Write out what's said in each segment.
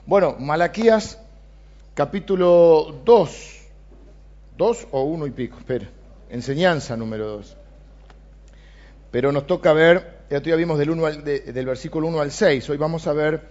Bueno, Malaquías, capítulo 2. 2 o 1 y pico, espera. Enseñanza número 2. Pero nos toca ver, ya vimos del versículo 1 al 6. Hoy vamos a ver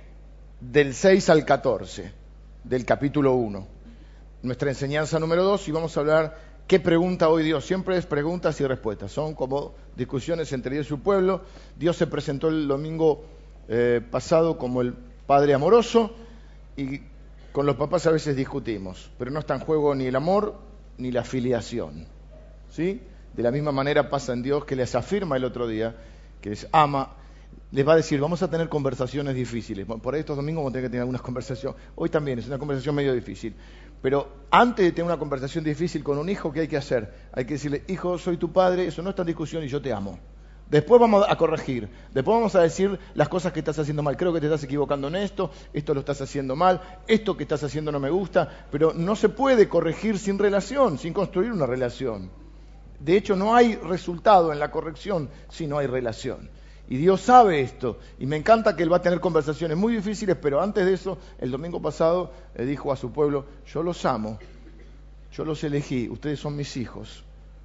del 6 al 14, del capítulo 1. Nuestra enseñanza número 2, y vamos a hablar qué pregunta hoy Dios. Siempre es preguntas y respuestas. Son como discusiones entre Dios y su pueblo. Dios se presentó el domingo pasado como el Padre amoroso, y con los papás a veces discutimos, pero no está en juego ni el amor ni la filiación, ¿sí? De la misma manera pasa en Dios, que les afirma el otro día que les ama. Les va a decir, vamos a tener conversaciones difíciles. Por ahí estos domingos vamos a tener que tener algunas conversaciones. Hoy también es una conversación medio difícil. Pero antes de tener una conversación difícil con un hijo, ¿qué hay que hacer? Hay que decirle, hijo, soy tu padre, eso no está en discusión y yo te amo. Después vamos a corregir, después vamos a decir las cosas que estás haciendo mal. Creo que te estás equivocando en esto lo estás haciendo mal, esto que estás haciendo no me gusta, pero no se puede corregir sin relación, sin construir una relación. De hecho, no hay resultado en la corrección si no hay relación. Y Dios sabe esto, y me encanta que Él va a tener conversaciones muy difíciles, pero antes de eso, el domingo pasado, le dijo a su pueblo, yo los amo, yo los elegí, ustedes son mis hijos,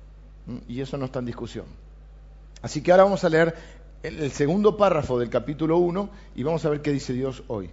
y eso no está en discusión. Así que ahora vamos a leer el segundo párrafo del capítulo 1 y vamos a ver qué dice Dios hoy.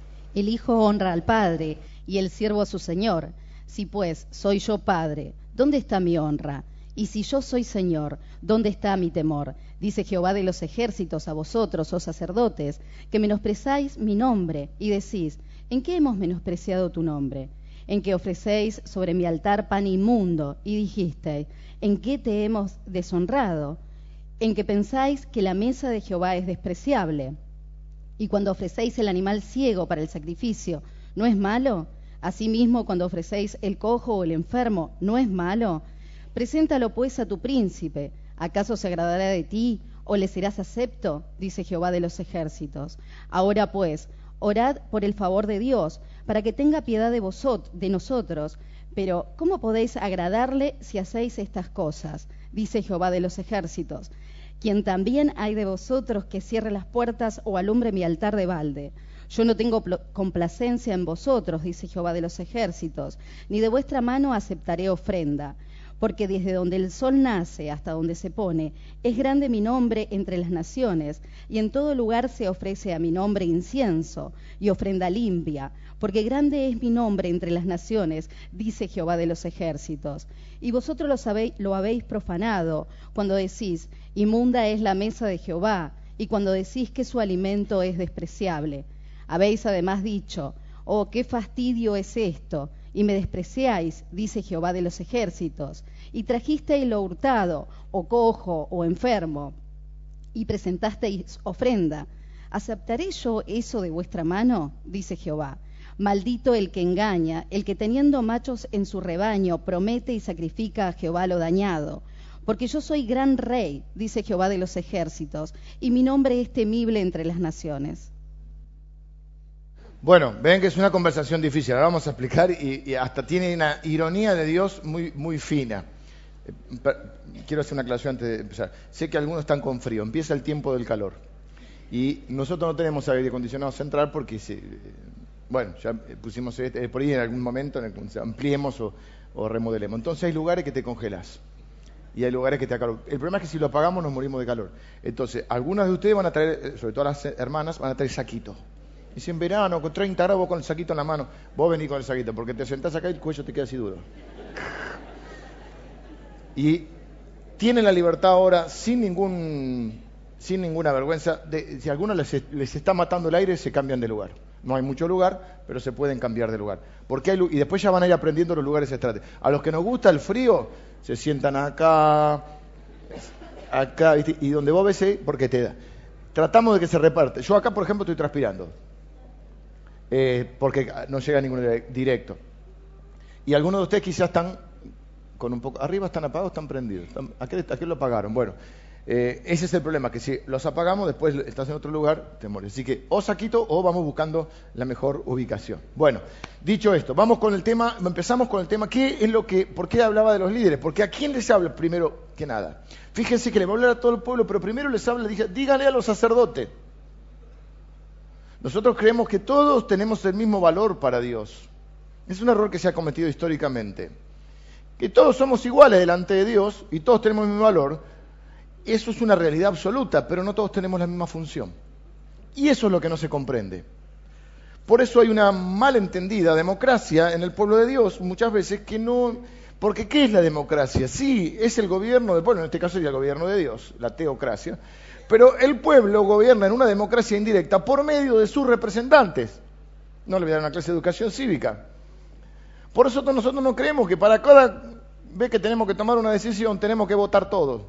El hijo honra al padre y el siervo a su señor. Si pues soy yo padre, ¿dónde está mi honra? Y si yo soy señor, ¿dónde está mi temor? Dice Jehová de los ejércitos a vosotros, oh sacerdotes, que menospreciáis mi nombre y decís, ¿en qué hemos menospreciado tu nombre? En que ofrecéis sobre mi altar pan inmundo y dijisteis, ¿en qué te hemos deshonrado? En que pensáis que la mesa de Jehová es despreciable, y cuando ofrecéis el animal ciego para el sacrificio, ¿no es malo? Asimismo, cuando ofrecéis el cojo o el enfermo, ¿no es malo? Preséntalo pues a tu príncipe. ¿Acaso se agradará de ti, o le serás acepto? Dice Jehová de los ejércitos. Ahora pues, orad por el favor de Dios, para que tenga piedad de nosotros. Pero, ¿cómo podéis agradarle si hacéis estas cosas? Dice Jehová de los ejércitos. Quien también hay de vosotros que cierre las puertas o alumbre mi altar de balde. Yo no tengo complacencia en vosotros, dice Jehová de los ejércitos, ni de vuestra mano aceptaré ofrenda. Porque desde donde el sol nace hasta donde se pone, es grande mi nombre entre las naciones, y en todo lugar se ofrece a mi nombre incienso y ofrenda limpia, porque grande es mi nombre entre las naciones, dice Jehová de los ejércitos. Y vosotros lo habéis profanado, cuando decís, inmunda es la mesa de Jehová, y cuando decís que su alimento es despreciable. Habéis además dicho, oh, qué fastidio es esto, y me despreciáis, dice Jehová de los ejércitos, y trajisteis lo hurtado, o cojo, o enfermo, y presentasteis ofrenda. ¿Aceptaré yo eso de vuestra mano? Dice Jehová. Maldito el que engaña, el que teniendo machos en su rebaño promete y sacrifica a Jehová lo dañado. Porque yo soy gran rey, dice Jehová de los ejércitos, y mi nombre es temible entre las naciones. Bueno, ven que es una conversación difícil, ahora vamos a explicar y hasta tiene una ironía de Dios muy, muy fina. Quiero hacer una aclaración antes de empezar. Sé que algunos están con frío, empieza el tiempo del calor y nosotros no tenemos aire acondicionado central porque, bueno, ya pusimos por ahí en algún momento en el que ampliemos o remodelemos. Entonces hay lugares que te congelas y hay lugares que te da calor. El problema es que si lo apagamos nos morimos de calor. Entonces, algunas de ustedes van a traer, sobre todo las hermanas, van a traer saquito. Y si en verano, con 30 grados, vos con el saquito en la mano, vos venís con el saquito, porque te sentás acá y el cuello te queda así duro. Y tienen la libertad ahora, sin ninguna vergüenza, si a algunos les está matando el aire, se cambian de lugar. No hay mucho lugar, pero se pueden cambiar de lugar. Y después ya van a ir aprendiendo los lugares estratégicos. A los que nos gusta el frío, se sientan acá, ¿viste? Y donde vos ves, porque te da. Tratamos de que se reparte. Yo acá, por ejemplo, estoy transpirando. Porque no llega ningún directo. Y algunos de ustedes quizás están con un poco... Arriba están apagados, están prendidos. ¿A qué lo apagaron? Bueno, ese es el problema, que si los apagamos, después estás en otro lugar, te mueres. Así que o saquito o vamos buscando la mejor ubicación. Bueno, dicho esto, vamos con el tema, empezamos con el tema, ¿por qué hablaba de los líderes? Porque ¿a quién les habla primero que nada? Fíjense que le va a hablar a todo el pueblo, pero primero les habla, dígale a los sacerdotes. Nosotros creemos que todos tenemos el mismo valor para Dios. Es un error que se ha cometido históricamente. Que todos somos iguales delante de Dios y todos tenemos el mismo valor. Eso es una realidad absoluta, pero no todos tenemos la misma función. Y eso es lo que no se comprende. Por eso hay una malentendida democracia en el pueblo de Dios, muchas veces que no... Porque ¿qué es la democracia? Sí, es el gobierno del pueblo, en este caso sería el gobierno de Dios, la teocracia, pero el pueblo gobierna en una democracia indirecta por medio de sus representantes. No le voy a dar una clase de educación cívica. Por eso nosotros no creemos que para cada vez que tenemos que tomar una decisión tenemos que votar todos.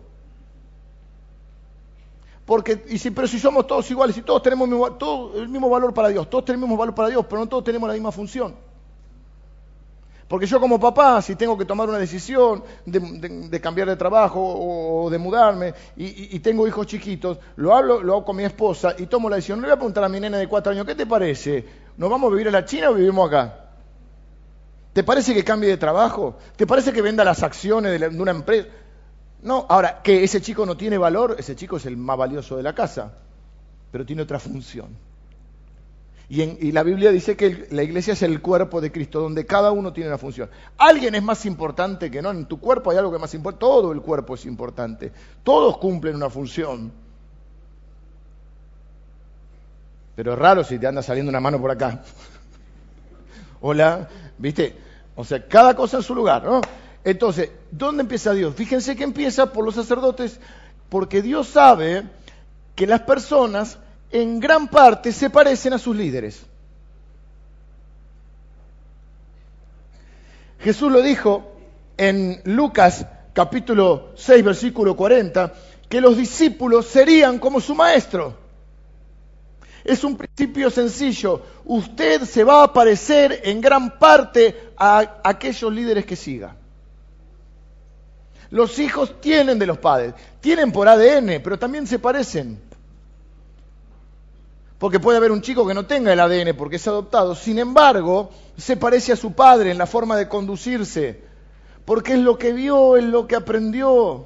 Pero si somos todos iguales, si todos tenemos el mismo valor para Dios, todos tenemos el mismo valor para Dios, pero no todos tenemos la misma función. Porque yo como papá, si tengo que tomar una decisión de cambiar de trabajo o de mudarme y tengo hijos chiquitos, lo hago con mi esposa y tomo la decisión. No le voy a preguntar a mi nena de 4 años, ¿qué te parece? ¿Nos vamos a vivir en la China o vivimos acá? ¿Te parece que cambie de trabajo? ¿Te parece que venda las acciones de una empresa? No, ahora, que ese chico no tiene valor, ese chico es el más valioso de la casa, pero tiene otra función. Y la Biblia dice que la iglesia es el cuerpo de Cristo, donde cada uno tiene una función. Alguien es más importante que no, en tu cuerpo hay algo que es más importante, todo el cuerpo es importante, todos cumplen una función. Pero es raro si te anda saliendo una mano por acá. Hola, ¿viste? O sea, cada cosa en su lugar, ¿no? Entonces, ¿dónde empieza Dios? Fíjense que empieza por los sacerdotes, porque Dios sabe que las personas en gran parte se parecen a sus líderes. Jesús lo dijo en Lucas capítulo 6, versículo 40, que los discípulos serían como su maestro. Es un principio sencillo. Usted se va a parecer en gran parte a aquellos líderes que siga. Los hijos tienen de los padres, tienen por ADN, pero también se parecen. Porque puede haber un chico que no tenga el ADN porque es adoptado, sin embargo, se parece a su padre en la forma de conducirse, porque es lo que vio, es lo que aprendió.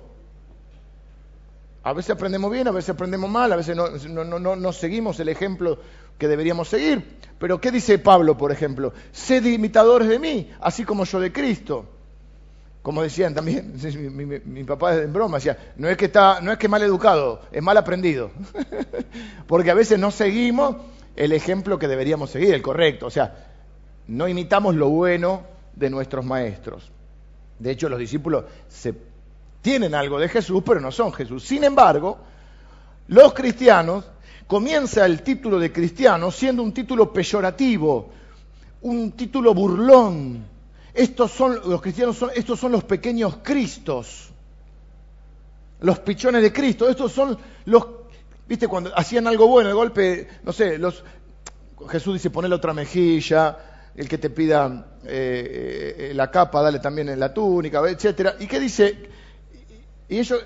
A veces aprendemos bien, a veces aprendemos mal, a veces no seguimos el ejemplo que deberíamos seguir. Pero ¿qué dice Pablo, por ejemplo? Sed imitadores de mí, así como yo de Cristo. Como decían también, mi papá en broma decía, no es que mal educado, es mal aprendido. Porque a veces no seguimos el ejemplo que deberíamos seguir, el correcto. O sea, no imitamos lo bueno de nuestros maestros. De hecho, los discípulos tienen algo de Jesús, pero no son Jesús. Sin embargo, los cristianos, comienza el título de cristiano siendo un título peyorativo, un título burlón. Estos son los pequeños Cristos, los pichones de Cristo. Estos son los, viste, cuando hacían algo bueno, de golpe, no sé, Jesús dice, ponle otra mejilla, el que te pida la capa, dale también en la túnica, etcétera. ¿Y qué dice? Y ellos,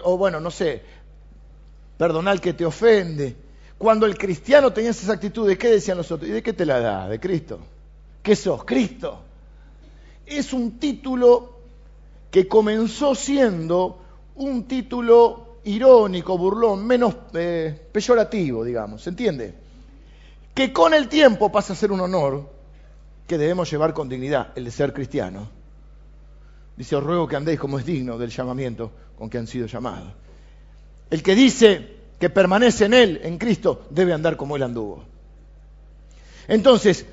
perdona al que te ofende. Cuando el cristiano tenía esas actitudes, ¿qué decían los otros? ¿Y de qué te la da? ¿De Cristo? ¿Qué sos? Cristo. Es un título que comenzó siendo un título irónico, burlón, menos peyorativo, digamos, ¿se entiende? Que con el tiempo pasa a ser un honor que debemos llevar con dignidad, el de ser cristiano. Dice, os ruego que andéis como es digno del llamamiento con que han sido llamados. El que dice que permanece en Él, en Cristo, debe andar como Él anduvo. Entonces,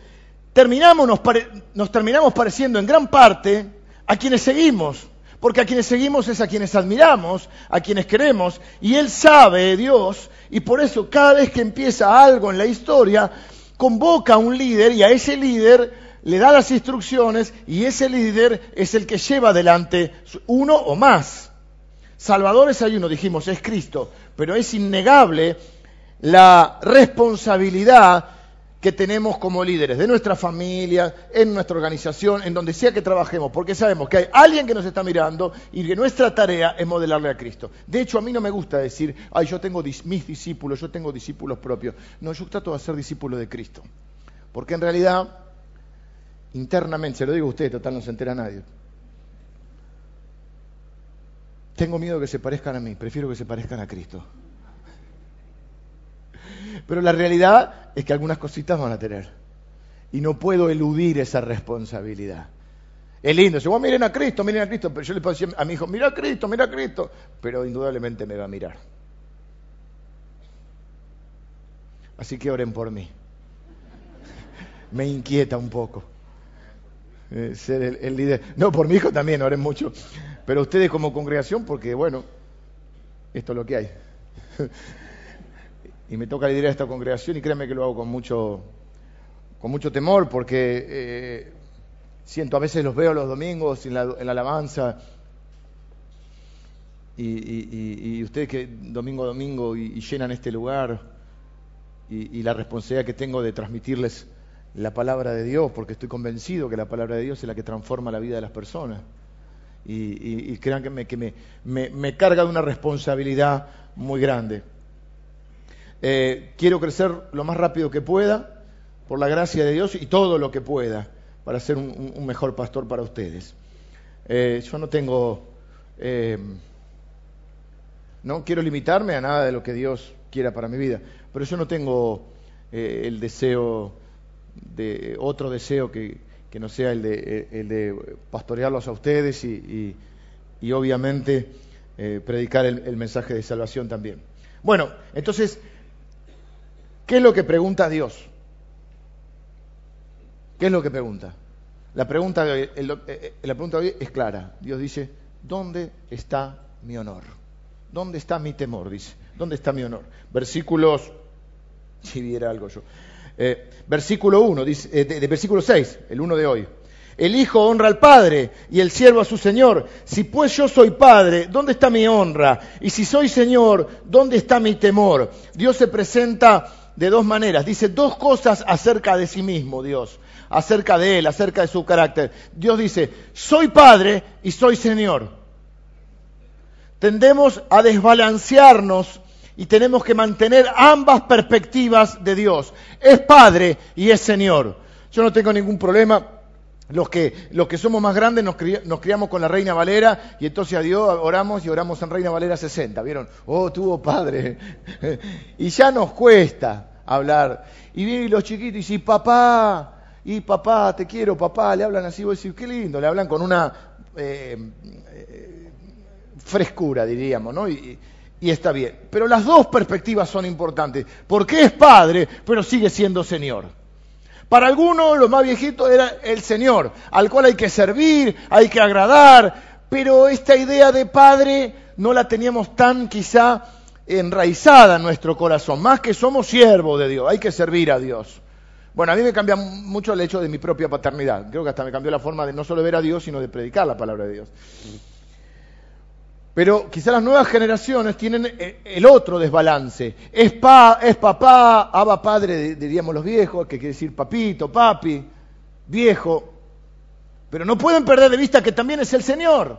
nos terminamos pareciendo en gran parte a quienes seguimos, porque a quienes seguimos es a quienes admiramos, a quienes queremos, y Él sabe, Dios, y por eso cada vez que empieza algo en la historia, convoca a un líder y a ese líder le da las instrucciones y ese líder es el que lleva adelante uno o más. Salvadores hay uno, dijimos, es Cristo, pero es innegable la responsabilidad que tenemos como líderes de nuestra familia, en nuestra organización, en donde sea que trabajemos, porque sabemos que hay alguien que nos está mirando y que nuestra tarea es modelarle a Cristo. De hecho, a mí no me gusta decir, yo tengo mis discípulos, yo tengo discípulos propios. No, yo trato de ser discípulo de Cristo. Porque en realidad, internamente, se lo digo a usted, total no se entera nadie, tengo miedo de que se parezcan a mí, prefiero que se parezcan a Cristo. Pero la realidad es que algunas cositas van a tener. Y no puedo eludir esa responsabilidad. Es lindo, si vos miren a Cristo, pero yo le puedo decir a mi hijo, mira a Cristo, pero indudablemente me va a mirar. Así que oren por mí. Me inquieta un poco ser el líder. No, por mi hijo también, oren mucho. Pero ustedes como congregación, porque bueno, esto es lo que hay. Y me toca liderar esta congregación y créanme que lo hago con mucho temor, porque siento, a veces los veo los domingos en la alabanza, y ustedes que domingo a domingo y llenan este lugar, y la responsabilidad que tengo de transmitirles la palabra de Dios, porque estoy convencido que la palabra de Dios es la que transforma la vida de las personas. Y créanme que me carga de una responsabilidad muy grande. Quiero crecer lo más rápido que pueda, por la gracia de Dios, y todo lo que pueda, para ser un mejor pastor para ustedes. Yo no tengo... no quiero limitarme a nada de lo que Dios quiera para mi vida, pero yo no tengo el deseo de otro deseo que no sea el de pastorearlos a ustedes y obviamente predicar el mensaje de salvación también. Bueno, entonces, ¿qué es lo que pregunta Dios? ¿Qué es lo que pregunta? La pregunta de hoy es clara. Dios dice, ¿dónde está mi honor? ¿Dónde está mi temor? Dice, ¿dónde está mi honor? Versículos, si viera algo yo. Versículo 1, dice, de versículo 6, el 1 de hoy. El Hijo honra al Padre y el siervo a su Señor. Si pues yo soy Padre, ¿dónde está mi honra? Y si soy Señor, ¿dónde está mi temor? Dios se presenta de dos maneras. Dice dos cosas acerca de sí mismo, Dios. Acerca de Él, acerca de su carácter. Dios dice, soy Padre y soy Señor. Tendemos a desbalancearnos y tenemos que mantener ambas perspectivas de Dios. Es Padre y es Señor. Yo no tengo ningún problema. Los que somos más grandes nos criamos con la Reina Valera y entonces a Dios oramos y oramos en Reina Valera 60. ¿Vieron? Oh, tuvo Padre. Y ya nos cuesta hablar. Y vienen los chiquitos y papá, te quiero, papá. Le hablan así, vos decís, qué lindo. Le hablan con una frescura, diríamos, ¿no? Y está bien. Pero las dos perspectivas son importantes. Porque es Padre, pero sigue siendo Señor. Para algunos, los más viejitos, era el Señor, al cual hay que servir, hay que agradar, pero esta idea de Padre no la teníamos tan quizá enraizada en nuestro corazón, más que somos siervos de Dios, hay que servir a Dios. Bueno, a mí me cambia mucho el hecho de mi propia paternidad, creo que hasta me cambió la forma de no solo ver a Dios, sino de predicar la palabra de Dios. Pero quizá las nuevas generaciones tienen el otro desbalance. Es papá, Abba Padre, diríamos los viejos, que quiere decir papito, papi, viejo. Pero no pueden perder de vista que también es el Señor.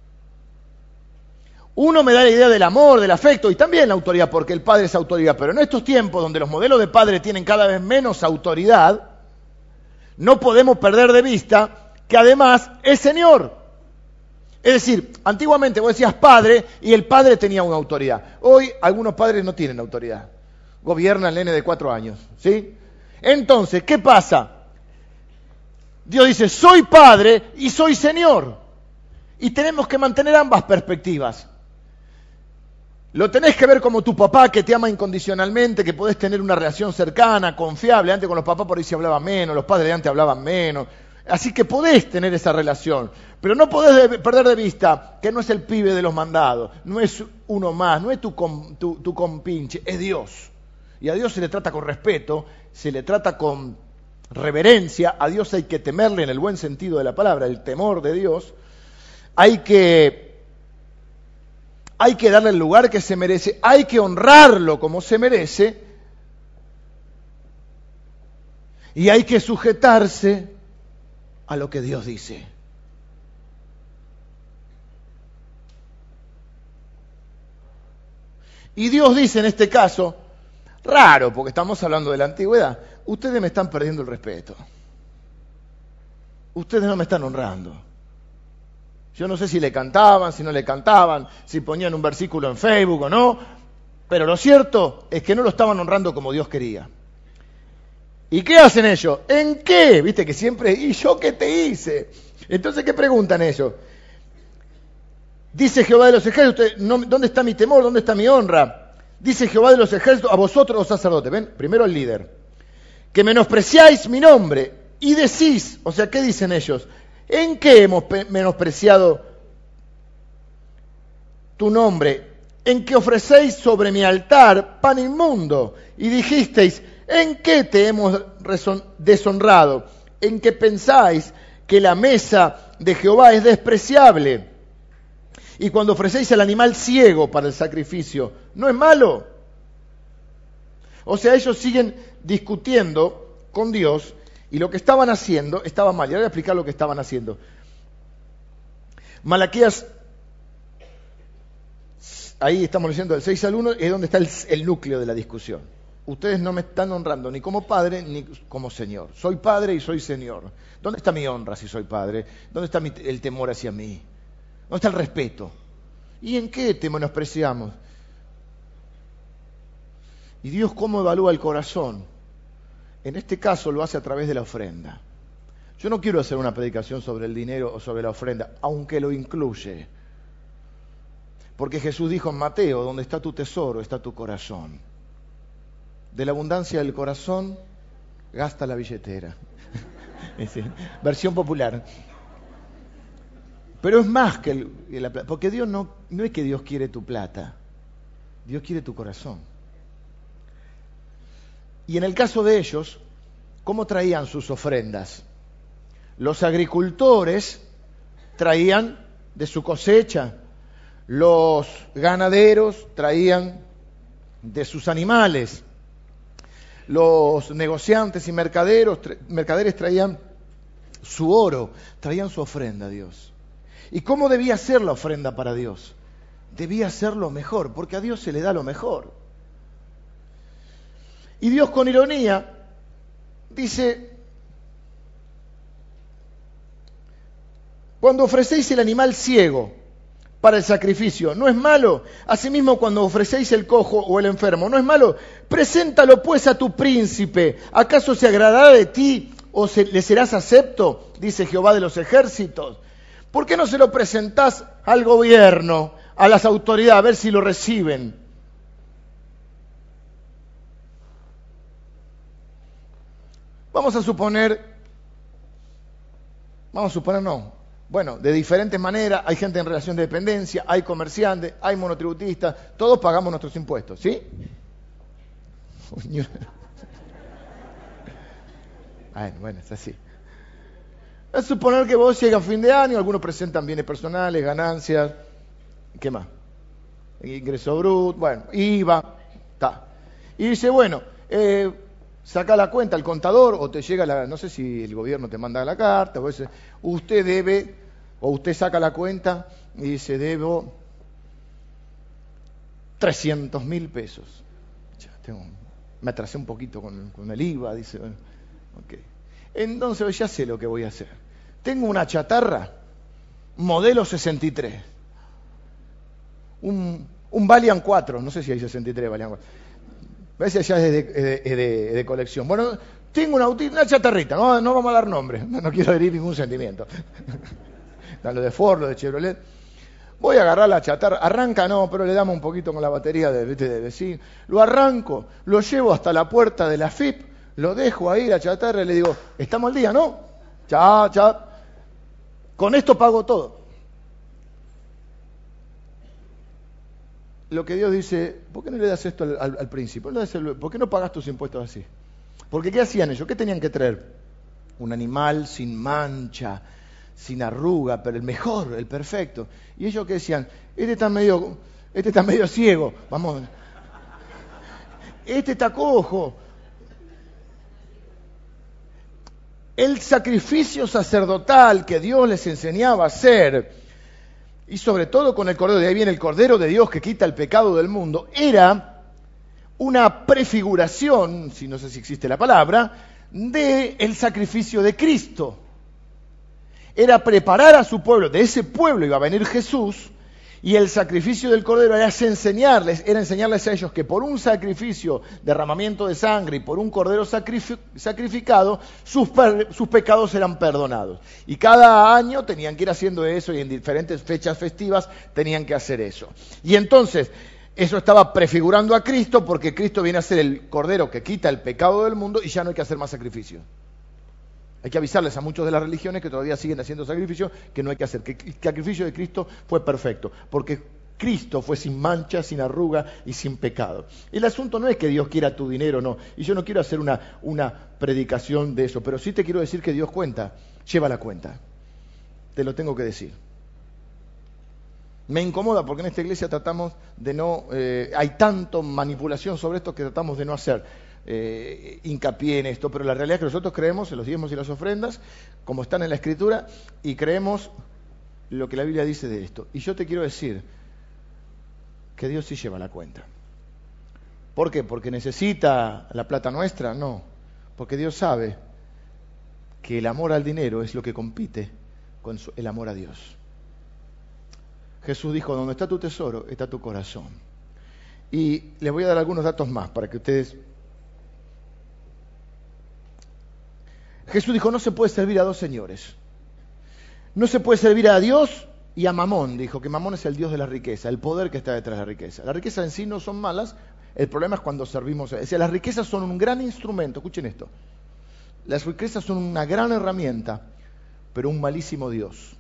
Uno me da la idea del amor, del afecto y también la autoridad, porque el Padre es autoridad. Pero en estos tiempos donde los modelos de padre tienen cada vez menos autoridad, no podemos perder de vista que además es Señor. Es decir, antiguamente vos decías padre y el padre tenía una autoridad. Hoy algunos padres no tienen autoridad. Gobierna el nene de 4 años, ¿sí? Entonces, ¿qué pasa? Dios dice, soy Padre y soy Señor. Y tenemos que mantener ambas perspectivas. Lo tenés que ver como tu papá que te ama incondicionalmente, que podés tener una relación cercana, confiable. Antes con los papás por ahí se hablaba menos, los padres de antes hablaban menos. Así que podés tener esa relación, pero no podés perder de vista que no es el pibe de los mandados, no es uno más, no es tu compinche, es Dios. Y a Dios se le trata con respeto, se le trata con reverencia, a Dios hay que temerle en el buen sentido de la palabra, el temor de Dios, hay que darle el lugar que se merece, hay que honrarlo como se merece, y hay que sujetarse a lo que Dios dice. Y Dios dice en este caso, raro, porque estamos hablando de la antigüedad, ustedes me están perdiendo el respeto. Ustedes no me están honrando. Yo no sé si le cantaban, si no le cantaban, si ponían un versículo en Facebook o no, Pero lo cierto es que no lo estaban honrando como Dios quería. ¿Y qué hacen ellos? ¿En qué? Viste que siempre, ¿y yo qué te hice? Entonces, ¿qué preguntan ellos? Dice Jehová de los ejércitos, ¿dónde está mi temor? ¿Dónde está mi honra? Dice Jehová de los ejércitos, a vosotros los sacerdotes, ven, primero al líder, que menospreciáis mi nombre y decís, o sea, ¿qué dicen ellos? ¿En qué hemos menospreciado tu nombre? En que ofrecéis sobre mi altar pan inmundo y dijisteis, ¿en qué te hemos deshonrado? En que pensáis que la mesa de Jehová es despreciable. Y cuando ofrecéis el animal ciego para el sacrificio, ¿no es malo? O sea, ellos siguen discutiendo con Dios y lo que estaban haciendo estaba mal. Y ahora voy a explicar lo que estaban haciendo. Malaquías, ahí estamos leyendo del 6 al 1, es donde está el núcleo de la discusión. Ustedes no me están honrando ni como padre ni como señor. Soy padre y soy señor. ¿Dónde está mi honra si soy padre? ¿Dónde está el temor hacia mí? ¿Dónde está el respeto? ¿Y en qué te menospreciamos? ¿Y Dios cómo evalúa el corazón? En este caso lo hace a través de la ofrenda. Yo no quiero hacer una predicación sobre el dinero o sobre la ofrenda, aunque lo incluye. Porque Jesús dijo en Mateo, donde está tu tesoro, está tu corazón. De la abundancia del corazón, gasta la billetera. Versión popular. Pero es más que la plata, porque Dios no es que Dios quiere tu plata, Dios quiere tu corazón. Y en el caso de ellos, ¿cómo traían sus ofrendas? Los agricultores traían de su cosecha, los ganaderos traían de sus animales, los negociantes y mercaderes traían su oro, traían su ofrenda a Dios. ¿Y cómo debía ser la ofrenda para Dios? Debía ser lo mejor, porque a Dios se le da lo mejor. Y Dios con ironía dice, cuando ofrecéis el animal ciego para el sacrificio, ¿no es malo? Asimismo, cuando ofrecéis el cojo o el enfermo, ¿no es malo? Preséntalo pues a tu príncipe. ¿Acaso se agradará de ti o le serás acepto? Dice Jehová de los ejércitos. ¿Por qué no se lo presentás al gobierno, a las autoridades, a ver si lo reciben? Vamos a suponer no. Bueno, de diferentes maneras, hay gente en relación de dependencia, hay comerciantes, hay monotributistas, todos pagamos nuestros impuestos, ¿sí? Bueno, es así. Es suponer que vos llegas a fin de año, algunos presentan bienes personales, ganancias, ¿qué más? Ingreso bruto, bueno, IVA, está. Y dice, bueno, saca la cuenta al contador o te llega no sé si el gobierno te manda la carta, o dice, usted debe, o usted saca la cuenta y dice, debo 300.000 pesos. Me atrasé un poquito con el IVA, dice, bueno, ok. Entonces ya sé lo que voy a hacer. Tengo una chatarra, modelo 63. Un Valiant 4, no sé si hay 63 Valiant 4. A veces ya es de colección. Bueno, tengo una chatarrita, no vamos a dar nombre, no quiero herir ningún sentimiento. Lo de Ford, lo de Chevrolet. Voy a agarrar la chatarra, arranca no, pero le damos un poquito con la batería de vecino. Lo arranco, lo llevo hasta la puerta de la FIP, lo dejo ahí, la chatarra, y le digo, estamos al día, ¿no? Ya. Con esto pago todo. Lo que Dios dice, ¿por qué no le das esto al príncipe? ¿Por qué no pagas tus impuestos así? Porque ¿qué hacían ellos? ¿Qué tenían que traer? Un animal sin mancha, sin arruga, pero el mejor, el perfecto. Y ellos ¿qué decían? Este está medio ciego, vamos. Este está cojo. El sacrificio sacerdotal que Dios les enseñaba a hacer, y sobre todo con el Cordero, de ahí viene el Cordero de Dios que quita el pecado del mundo, era una prefiguración, si no sé si existe la palabra, del sacrificio de Cristo. Era preparar a su pueblo, de ese pueblo iba a venir Jesús, Y el sacrificio del Cordero era enseñarles a ellos que por un sacrificio, derramamiento de sangre y por un Cordero sacrificado, sus pecados eran perdonados. Y cada año tenían que ir haciendo eso y en diferentes fechas festivas tenían que hacer eso. Y entonces, eso estaba prefigurando a Cristo porque Cristo viene a ser el Cordero que quita el pecado del mundo y ya no hay que hacer más sacrificios. Hay que avisarles a muchos de las religiones que todavía siguen haciendo sacrificios que no hay que hacer, que el sacrificio de Cristo fue perfecto, porque Cristo fue sin mancha, sin arruga y sin pecado. El asunto no es que Dios quiera tu dinero, no, y yo no quiero hacer una predicación de eso, pero sí te quiero decir que Dios lleva la cuenta, te lo tengo que decir. Me incomoda porque en esta iglesia tratamos de no, hay tanto manipulación sobre esto que tratamos de no hacer hincapié en esto, pero la realidad es que nosotros creemos en los diezmos y las ofrendas, como están en la Escritura, y creemos lo que la Biblia dice de esto. Y yo te quiero decir que Dios sí lleva la cuenta. ¿Por qué? ¿Porque necesita la plata nuestra? No, porque Dios sabe que el amor al dinero es lo que compite con el amor a Dios. Jesús dijo, donde está tu tesoro, está tu corazón. Y les voy a dar algunos datos más para que ustedes... Jesús dijo, no se puede servir a dos señores. No se puede servir a Dios y a Mamón. Dijo que Mamón es el dios de la riqueza, el poder que está detrás de la riqueza. Las riquezas en sí no son malas, el problema es cuando servimos. Es decir, las riquezas son un gran instrumento, escuchen esto. Las riquezas son una gran herramienta, pero un malísimo Dios.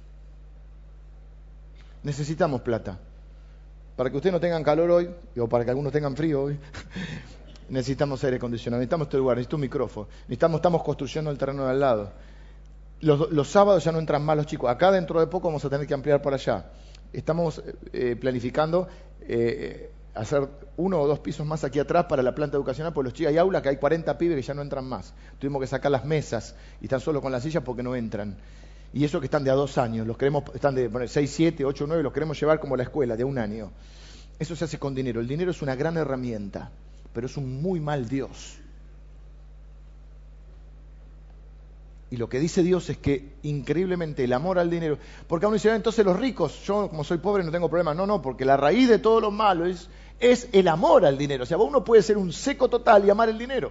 Necesitamos plata. Para que ustedes no tengan calor hoy, o para que algunos tengan frío hoy, necesitamos aire acondicionado, necesitamos este lugar, necesito un micrófono, estamos construyendo el terreno de al lado. Los sábados ya no entran más los chicos. Acá dentro de poco vamos a tener que ampliar para allá. Estamos planificando hacer 1 o 2 pisos más aquí atrás para la planta educacional, porque los chicos, hay aulas que hay 40 pibes que ya no entran más. Tuvimos que sacar las mesas y están solo con las sillas porque no entran. Y eso que están de a 2 años, están de 6, 7, 8, 9, los queremos llevar como la escuela, de 1 año. Eso se hace con dinero. El dinero es una gran herramienta, pero es un muy mal Dios. Y lo que dice Dios es que increíblemente el amor al dinero, porque uno dice, entonces los ricos, yo como soy pobre no tengo problema. No, porque la raíz de todo lo malo es el amor al dinero. O sea, uno puede ser un seco total y amar el dinero.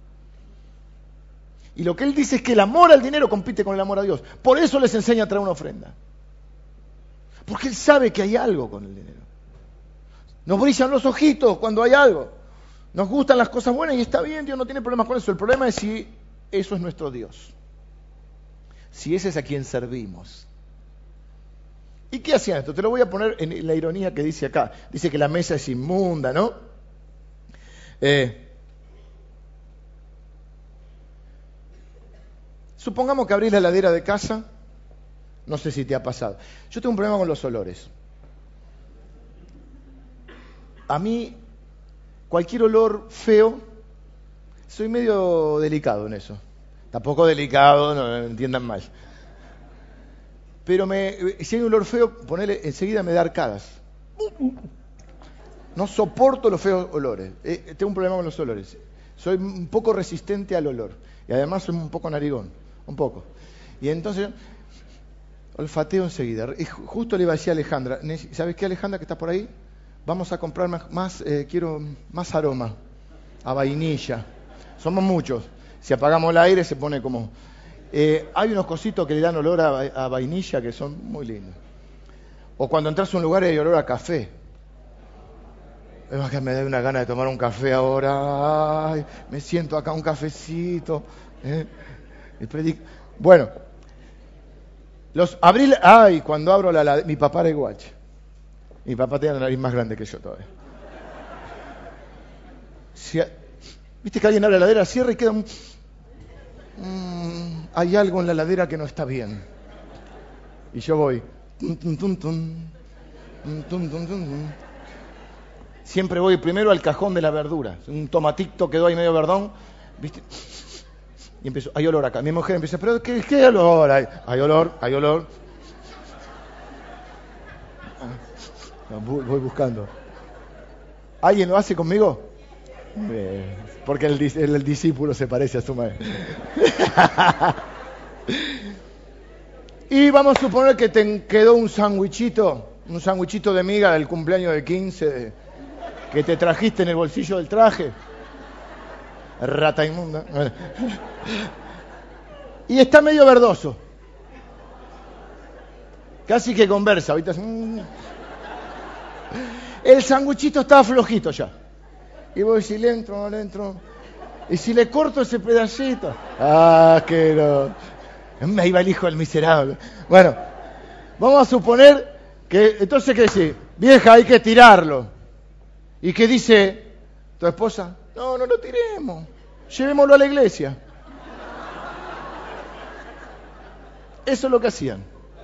Y lo que él dice es que el amor al dinero compite con el amor a Dios. Por eso les enseña a traer una ofrenda. Porque él sabe que hay algo con el dinero. Nos brillan los ojitos cuando hay algo. Nos gustan las cosas buenas y está bien, Dios no tiene problemas con eso. El problema es si eso es nuestro Dios. Si ese es a quien servimos. ¿Y qué hacían esto? Te lo voy a poner en la ironía que dice acá. Dice que la mesa es inmunda, ¿no? Supongamos que abrís la heladera de casa. No sé si te ha pasado. Yo tengo un problema con los olores. A mí, cualquier olor feo, soy medio delicado en eso. Tampoco delicado, no me entiendan mal. Pero si hay un olor feo, enseguida me da arcadas. No soporto los feos olores. Tengo un problema con los olores. Soy un poco resistente al olor. Y además soy un poco narigón. Un poco. Y entonces, olfateo enseguida. Y justo le iba a decir a Alejandra, ¿sabes qué, Alejandra, que estás por ahí? Vamos a comprar quiero más aroma. A vainilla. Somos muchos. Si apagamos el aire se pone como... hay unos cositos que le dan olor a vainilla que son muy lindos. O cuando entras a un lugar y hay olor a café. Es más que me da una gana de tomar un café ahora. Ay, me siento acá un cafecito. Bueno. Cuando abro la heladera... Mi papá era igual. Mi papá tenía la nariz más grande que yo todavía. Viste que alguien abre la heladera, cierra y queda hay algo en la heladera que no está bien. Y yo voy. Siempre voy primero al cajón de la verdura. Un tomatito quedó ahí medio verdón. ¿Viste? Y empiezo, hay olor acá. Mi mujer empieza, ¿pero qué olor hay? Hay olor. Voy buscando. ¿Alguien lo hace conmigo? Porque el discípulo se parece a su maestro. Y vamos a suponer que te quedó un sándwichito Un sándwichito de miga del cumpleaños de 15 que te trajiste en el bolsillo del traje. Rata inmunda. Bueno. Y está medio verdoso. Casi que conversa. Ahorita el sándwichito estaba flojito ya. Y vos decís, le entro. Y si le corto ese pedacito. Ah, que no. Me iba el hijo del miserable. Bueno, vamos a suponer que, entonces, ¿qué dice? Vieja, hay que tirarlo. ¿Y qué dice tu esposa? No lo tiremos. Llevémoslo a la iglesia. Eso es lo que hacían.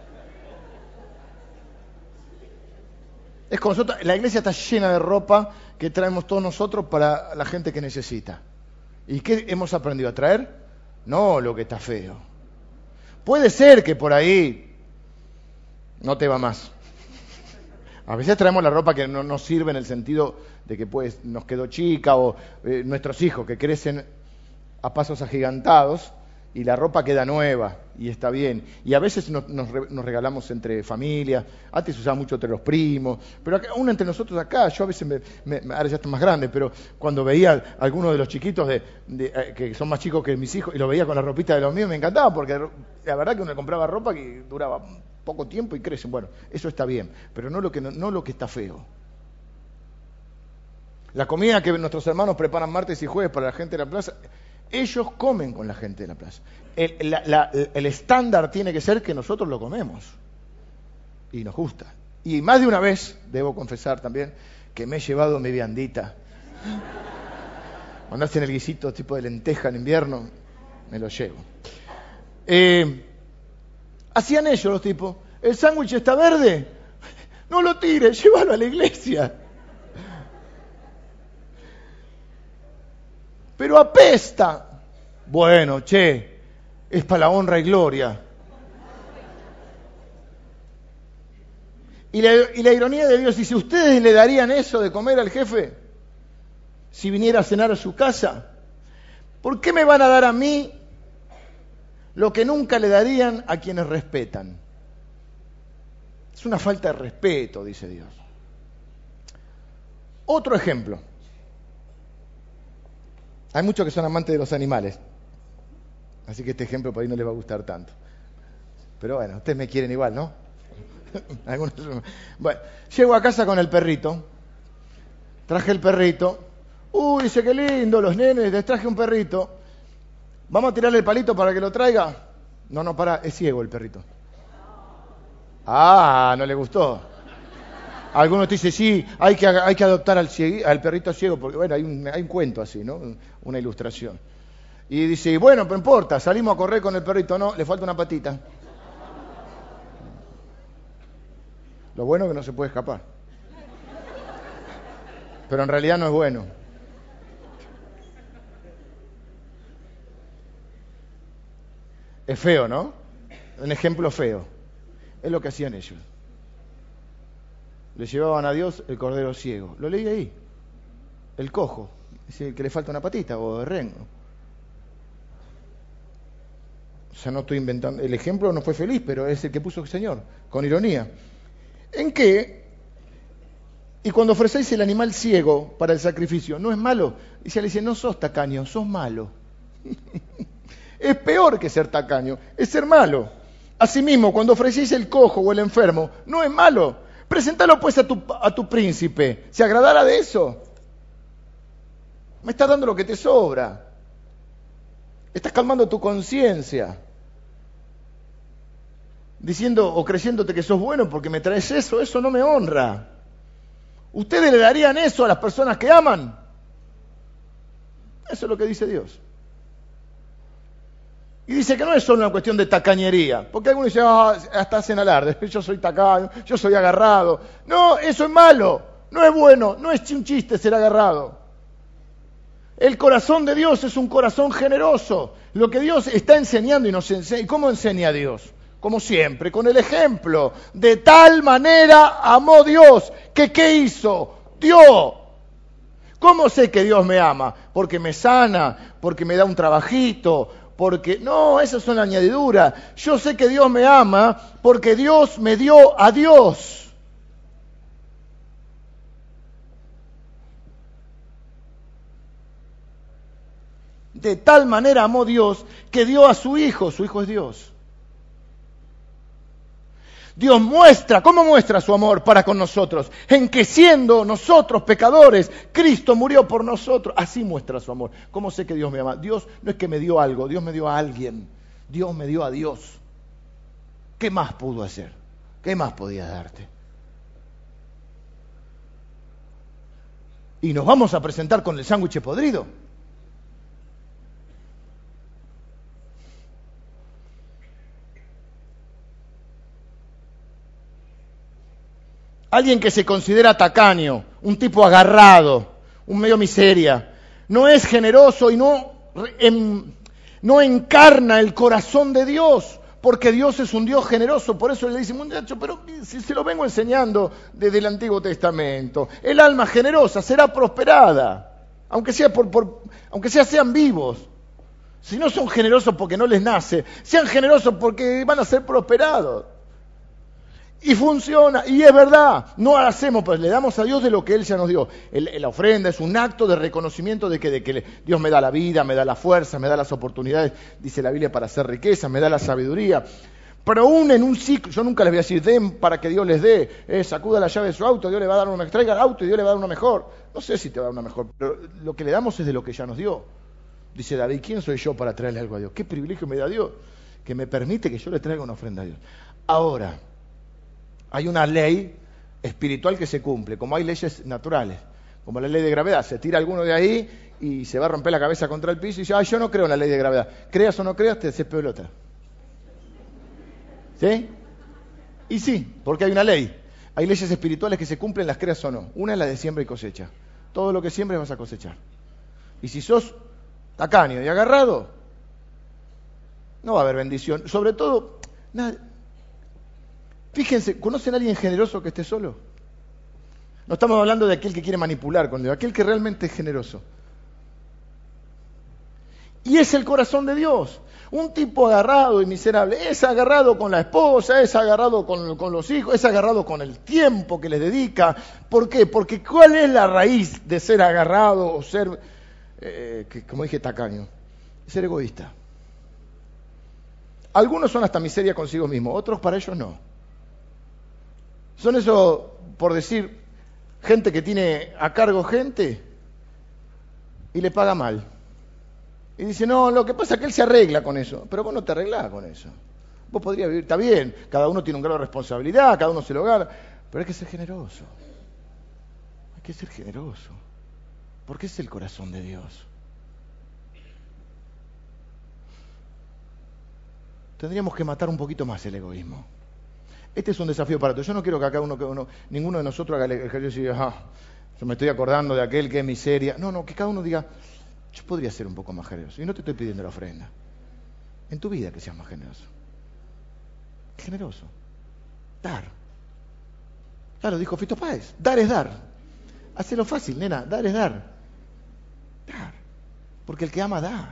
Es como nosotros, la iglesia está llena de ropa que traemos todos nosotros para la gente que necesita. ¿Y qué hemos aprendido a traer? No lo que está feo. Puede ser que por ahí no te va más. A veces traemos la ropa que no nos sirve en el sentido de que pues nos quedó chica o nuestros hijos que crecen a pasos agigantados y la ropa queda nueva y está bien. Y a veces nos regalamos entre familias, antes se usaba mucho entre los primos, pero acá, aún entre nosotros acá, yo a veces, ahora ya estoy más grande, pero cuando veía a algunos de los chiquitos que son más chicos que mis hijos y los veía con la ropita de los míos, me encantaba porque la verdad que uno compraba ropa que duraba poco tiempo y crecen. Bueno, eso está bien, pero no lo que está feo. La comida que nuestros hermanos preparan martes y jueves para la gente de la plaza, ellos comen con la gente de la plaza. El estándar tiene que ser que nosotros lo comemos. Y nos gusta. Y más de una vez, debo confesar también, que me he llevado mi viandita. Cuando hacen el guisito tipo de lenteja en invierno, me lo llevo. Hacían ellos los tipos. El sándwich está verde. No lo tires, llévalo a la iglesia. Pero apesta. Bueno, es para la honra y gloria. Y la ironía de Dios dice, ¿ustedes le darían eso de comer al jefe si viniera a cenar a su casa? ¿Por qué me van a dar a mí lo que nunca le darían a quienes respetan? Es una falta de respeto, dice Dios. Otro ejemplo. Hay muchos que son amantes de los animales, así que este ejemplo por ahí no les va a gustar tanto. Pero bueno, ustedes me quieren igual, ¿no? Bueno, llego a casa con el perrito, traje el perrito. Uy, dice, qué lindo, los nenes, les traje un perrito. ¿Vamos a tirarle el palito para que lo traiga? No, pará, es ciego el perrito. Ah, no le gustó. Algunos te dicen, sí, hay que adoptar al perrito ciego, porque bueno, hay un cuento así, ¿no? Una ilustración. Y dice, bueno, no importa, salimos a correr con el perrito, no, le falta una patita. Lo bueno es que no se puede escapar. Pero en realidad no es bueno. Es feo, ¿no? Un ejemplo feo. Es lo que hacían ellos. Le llevaban a Dios el cordero ciego. Lo leí ahí. El cojo. Dice que le falta una patita o de rengo. O sea, no estoy inventando. El ejemplo no fue feliz, pero es el que puso el Señor, con ironía. ¿En qué? Y cuando ofrecéis el animal ciego para el sacrificio, ¿no es malo? Y se le dice, no sos tacaño, sos malo. Es peor que ser tacaño, es ser malo. Asimismo, cuando ofrecéis el cojo o el enfermo, no es malo. Presentalo pues a tu príncipe. ¿Se agradará de eso? Me estás dando lo que te sobra. Estás calmando tu conciencia. Diciendo o creyéndote que sos bueno porque me traes eso no me honra. ¿Ustedes le darían eso a las personas que aman? Eso es lo que dice Dios. Y dice que no es solo una cuestión de tacañería, porque algunos dicen, hasta hacen alarde, yo soy tacaño, yo soy agarrado. No, eso es malo, no es bueno, no es un chiste ser agarrado. El corazón de Dios es un corazón generoso. Lo que Dios está enseñando y nos enseña. ¿Y cómo enseña a Dios? Como siempre, con el ejemplo. De tal manera amó Dios, que ¿qué hizo? Dio. ¿Cómo sé que Dios me ama? Porque me sana, porque me da un trabajito, porque... No, esas son añadiduras. Yo sé que Dios me ama porque Dios me dio a Dios. De tal manera amó Dios que dio a su Hijo es Dios. Dios muestra, ¿cómo muestra su amor para con nosotros? En que siendo nosotros pecadores, Cristo murió por nosotros. Así muestra su amor. ¿Cómo sé que Dios me ama? Dios no es que me dio algo, Dios me dio a alguien. Dios me dio a Dios. ¿Qué más pudo hacer? ¿Qué más podía darte? Y nos vamos a presentar con el sándwich podrido. Alguien que se considera tacaño, un tipo agarrado, un medio miseria, no es generoso y no encarna el corazón de Dios, porque Dios es un Dios generoso. Por eso le dice, muchacho, pero si se lo vengo enseñando desde el Antiguo Testamento, el alma generosa será prosperada, aunque sean vivos. Si no son generosos porque no les nace, sean generosos porque van a ser prosperados. Y funciona, y es verdad, no hacemos, pues le damos a Dios de lo que Él ya nos dio. La ofrenda es un acto de reconocimiento de que Dios me da la vida, me da la fuerza, me da las oportunidades, dice la Biblia, para hacer riqueza, me da la sabiduría. Pero aún en un ciclo, yo nunca les voy a decir, den para que Dios les dé, sacuda la llave de su auto, Dios le va a dar uno, traiga el auto y Dios le va a dar uno mejor. No sé si te va a dar una mejor, pero lo que le damos es de lo que ya nos dio. Dice David, ¿quién soy yo para traerle algo a Dios? ¿Qué privilegio me da Dios? Que me permite que yo le traiga una ofrenda a Dios. Ahora, hay una ley espiritual que se cumple, como hay leyes naturales, como la ley de gravedad. Se tira alguno de ahí y se va a romper la cabeza contra el piso y dice, yo no creo en la ley de gravedad. Creas o no creas, te haces pelota. ¿Sí? Y sí, porque hay una ley. Hay leyes espirituales que se cumplen, las creas o no. Una es la de siembra y cosecha. Todo lo que siembres vas a cosechar. Y si sos tacaño y agarrado, no va a haber bendición. Sobre todo, fíjense, ¿conocen a alguien generoso que esté solo? No estamos hablando de aquel que quiere manipular con Dios, aquel que realmente es generoso. Y es el corazón de Dios. Un tipo agarrado y miserable, es agarrado con la esposa, es agarrado con los hijos, es agarrado con el tiempo que les dedica. ¿Por qué? Porque ¿cuál es la raíz de ser agarrado o ser, como dije, tacaño? Ser egoísta. Algunos son hasta miseria consigo mismo, otros para ellos no. Son eso, por decir, gente que tiene a cargo gente y le paga mal. Y dice, no, lo que pasa es que él se arregla con eso. Pero vos no te arreglás con eso. Vos podrías vivir, está bien, cada uno tiene un grado de responsabilidad, cada uno se lo gana, pero hay que ser generoso. Hay que ser generoso. Porque es el corazón de Dios. Tendríamos que matar un poquito más el egoísmo. Este es un desafío para todos. Yo no quiero que acá ninguno de nosotros haga el ejercicio y diga, yo me estoy acordando de aquel que es miseria. No, que cada uno diga, yo podría ser un poco más generoso. Y no te estoy pidiendo la ofrenda. En tu vida que seas más generoso. Generoso. Dar. Claro, dijo Fito Páez, dar es dar. Hacelo fácil, nena, dar es dar. Dar. Porque el que ama da.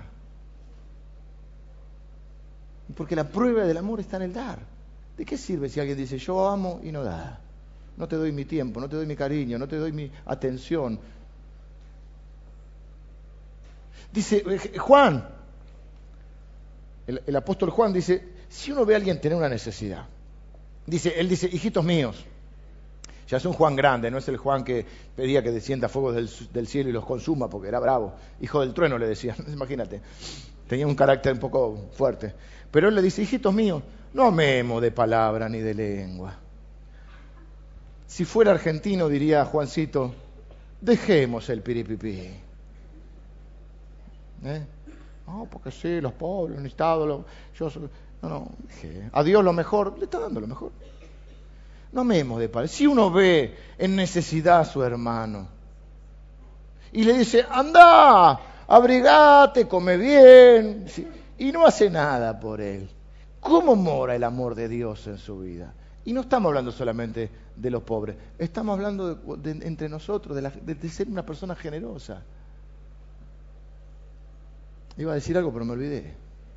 Y porque la prueba del amor está en el dar. ¿De qué sirve si alguien dice, yo amo y no da? No te doy mi tiempo, no te doy mi cariño, no te doy mi atención. Dice Juan, el apóstol Juan dice, si uno ve a alguien tener una necesidad, él dice, hijitos míos, ya es un Juan grande, no es el Juan que pedía que descienda fuego del cielo y los consuma porque era bravo, hijo del trueno le decían, imagínate, tenía un carácter un poco fuerte, pero él le dice, hijitos míos, no memo de palabra ni de lengua. Si fuera argentino diría Juancito, dejemos el piripipí. No, porque sí, los pobres, necesitados, a Dios lo mejor, le está dando lo mejor. No memos de palabra. Si uno ve en necesidad a su hermano y le dice, anda, abrigate, come bien, y no hace nada por él, ¿cómo mora el amor de Dios en su vida? Y no estamos hablando solamente de los pobres, estamos hablando entre nosotros, de ser una persona generosa. Iba a decir algo, pero me olvidé.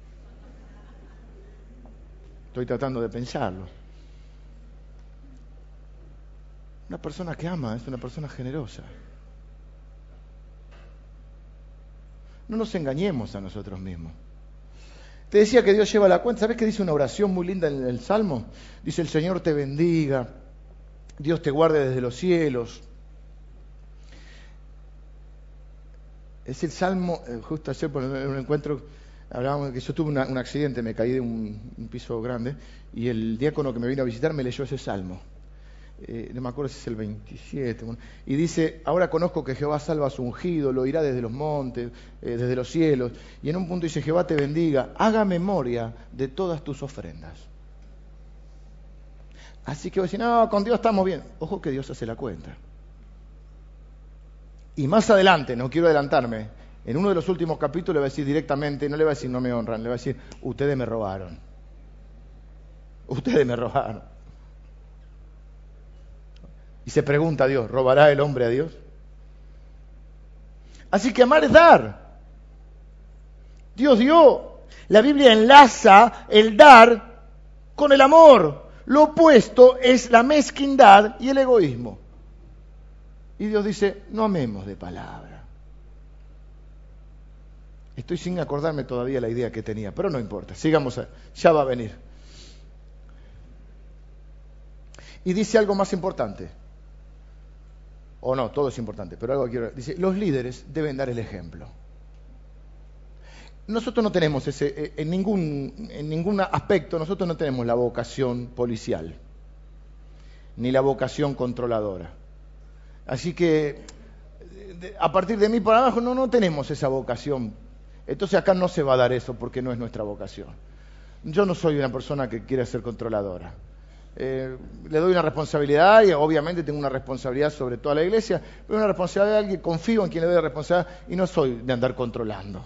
Estoy tratando de pensarlo. Una persona que ama es una persona generosa. No nos engañemos a nosotros mismos. Te decía que Dios lleva la cuenta. ¿Sabes qué dice una oración muy linda en el Salmo? Dice: el Señor te bendiga, Dios te guarde desde los cielos. Es el Salmo, justo ayer por un encuentro, hablábamos de que yo tuve un accidente, me caí de un piso grande, y el diácono que me vino a visitar me leyó ese Salmo. No me acuerdo si es el 27, bueno, y dice: ahora conozco que Jehová salva a su ungido, lo oirá desde los montes, desde los cielos, y en un punto dice: Jehová te bendiga, haga memoria de todas tus ofrendas. Así que voy a decir: no, con Dios estamos bien. Ojo que Dios hace la cuenta. Y más adelante, no quiero adelantarme, en uno de los últimos capítulos le va a decir directamente, no le va a decir no me honran, le va a decir: ustedes me robaron. Ustedes me robaron. Y se pregunta a Dios: ¿robará el hombre a Dios? Así que amar es dar. Dios dio. La Biblia enlaza el dar con el amor. Lo opuesto es la mezquindad y el egoísmo. Y Dios dice: no amemos de palabra. Estoy sin acordarme todavía la idea que tenía, pero no importa, sigamos, ya va a venir. Y dice algo más importante. O no, todo es importante, pero algo que quiero. Dice: los líderes deben dar el ejemplo. Nosotros no tenemos en ningún aspecto, nosotros no tenemos la vocación policial, ni la vocación controladora. Así que, a partir de mí para abajo, no tenemos esa vocación. Entonces acá no se va a dar eso, porque no es nuestra vocación. Yo no soy una persona que quiere ser controladora. Le doy una responsabilidad, y obviamente tengo una responsabilidad sobre toda la iglesia, pero una responsabilidad que confío en quien le doy la responsabilidad, y no soy de andar controlando.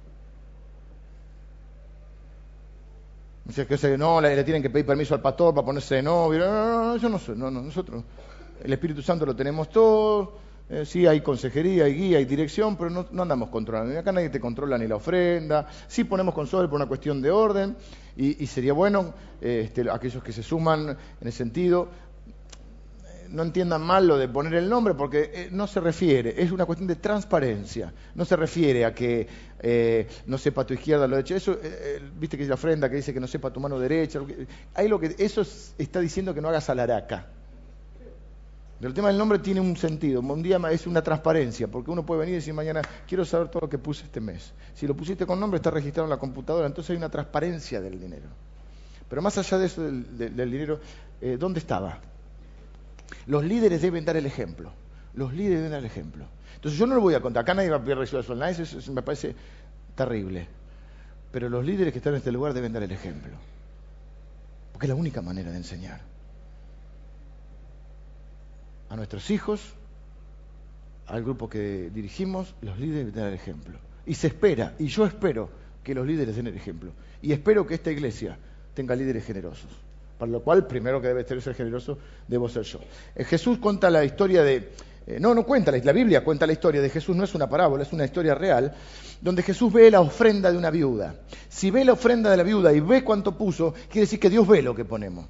Dice que no, le tienen que pedir permiso al pastor para ponerse de novio. No, yo no soy. No, nosotros el Espíritu Santo lo tenemos todo. Sí, hay consejería, hay guía, hay dirección, pero no andamos controlando. Acá nadie te controla ni la ofrenda. Sí ponemos control por una cuestión de orden, y sería bueno aquellos que se suman en ese sentido, no entiendan mal lo de poner el nombre, porque no se refiere, es una cuestión de transparencia. No se refiere a que no sepa tu izquierda lo derecha. Eso, viste que es la ofrenda que dice que no sepa tu mano derecha. Eso está diciendo que no hagas alaraca. Pero el tema del nombre tiene un sentido. Un día es una transparencia, porque uno puede venir y decir mañana: quiero saber todo lo que puse este mes. Si lo pusiste con nombre, está registrado en la computadora, entonces hay una transparencia del dinero. Pero más allá de eso del dinero, ¿dónde estaba? Los líderes deben dar el ejemplo. Los líderes deben dar el ejemplo. Entonces yo no lo voy a contar. Acá nadie va a pedir recibo de eso me parece terrible. Pero los líderes que están en este lugar deben dar el ejemplo. Porque es la única manera de enseñar. A nuestros hijos, al grupo que dirigimos, los líderes deben dar el ejemplo. Y se espera, y yo espero que los líderes den el ejemplo. Y espero que esta iglesia tenga líderes generosos. Para lo cual, primero que debe ser generoso, debo ser yo. Jesús cuenta la historia de... no cuenta, la Biblia cuenta la historia de Jesús, no es una parábola, es una historia real, donde Jesús ve la ofrenda de una viuda. Si ve la ofrenda de la viuda y ve cuánto puso, quiere decir que Dios ve lo que ponemos.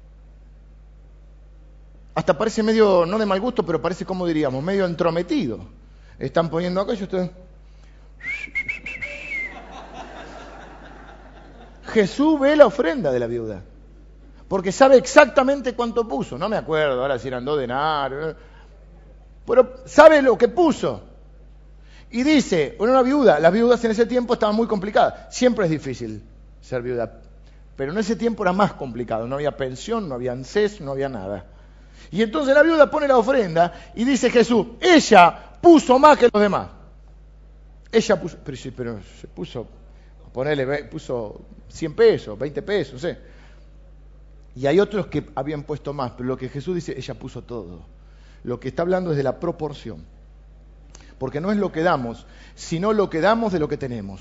Hasta parece medio, no de mal gusto, pero parece, como diríamos, medio entrometido. Están poniendo acá y yo estoy... Jesús ve la ofrenda de la viuda, porque sabe exactamente cuánto puso. No me acuerdo ahora si eran 2 denarios, pero sabe lo que puso. Y dice: bueno, una viuda, las viudas en ese tiempo estaban muy complicadas. Siempre es difícil ser viuda, pero en ese tiempo era más complicado. No había pensión, no había ANSES, no había nada. Y entonces la viuda pone la ofrenda y dice Jesús: ella puso más que los demás. Ella puso, pero se puso, puso 100 pesos, 20 pesos, no sé. Y hay otros que habían puesto más, pero lo que Jesús dice: ella puso todo. Lo que está hablando es de la proporción. Porque no es lo que damos, sino lo que damos de lo que tenemos.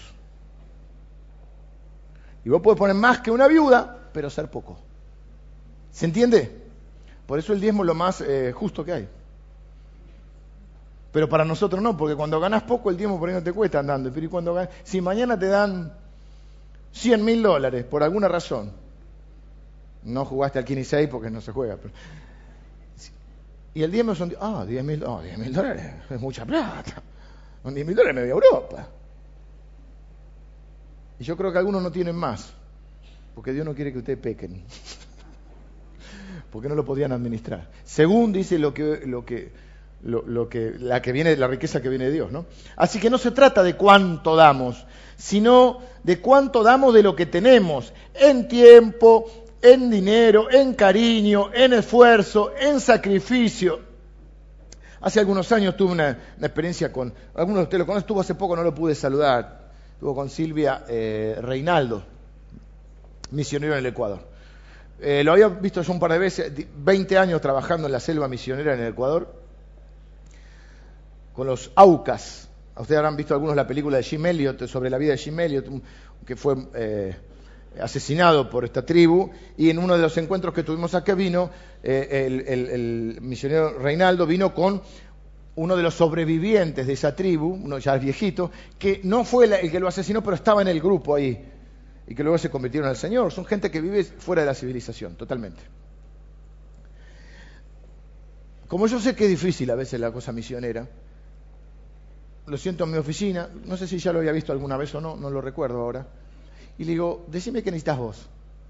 Y vos podés poner más que una viuda, pero ser poco. ¿Se entiende? Por eso el diezmo es lo más justo que hay. Pero para nosotros no, porque cuando ganás poco, el diezmo por ahí no te cuesta andando. Pero cuando ganás, si mañana te dan $100.000 por alguna razón, no jugaste al 15 porque no se juega, pero... y el diezmo son $10.000, $10.000 es mucha plata. Con $10.000 me voy a Europa. Y yo creo que algunos no tienen más, porque Dios no quiere que ustedes pequen, porque no lo podían administrar. Según dice la riqueza que viene de Dios, ¿no? Así que no se trata de cuánto damos, sino de cuánto damos de lo que tenemos, en tiempo, en dinero, en cariño, en esfuerzo, en sacrificio. Hace algunos años tuve una experiencia con, algunos de ustedes lo conocen, estuvo hace poco, no lo pude saludar, estuvo con Silvia Reinaldo, misionero en el Ecuador. Lo había visto yo un par de veces, 20 años trabajando en la selva misionera en el Ecuador, con los Aucas. Ustedes habrán visto algunos la película de Jim Elliot, sobre la vida de Jim Elliot, que fue asesinado por esta tribu, y en uno de los encuentros que tuvimos acá vino, el misionero Reinaldo vino con uno de los sobrevivientes de esa tribu, uno ya viejito, que no fue el que lo asesinó, pero estaba en el grupo ahí, y que luego se convirtieron al Señor. Son gente que vive fuera de la civilización, totalmente. Como yo sé que es difícil a veces la cosa misionera, lo siento en mi oficina, no sé si ya lo había visto alguna vez o no, no lo recuerdo ahora, y le digo, decime qué necesitas vos.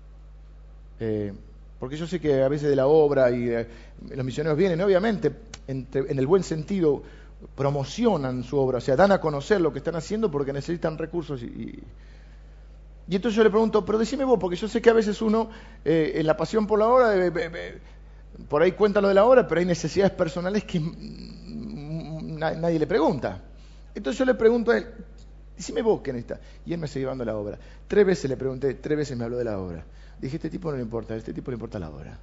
Porque yo sé que a veces de la obra y los misioneros vienen, obviamente, en el buen sentido, promocionan su obra, o sea, dan a conocer lo que están haciendo porque necesitan recursos. Y entonces yo le pregunto, pero decime vos, porque yo sé que a veces uno, en la pasión por la obra, por ahí cuenta lo de la obra, pero hay necesidades personales que nadie le pregunta. Entonces yo le pregunto a él, decime vos qué necesitas. Y él me sigue llevando la obra. 3 veces le pregunté, 3 veces me habló de la obra. Dije, este tipo no le importa, a este tipo le importa la obra.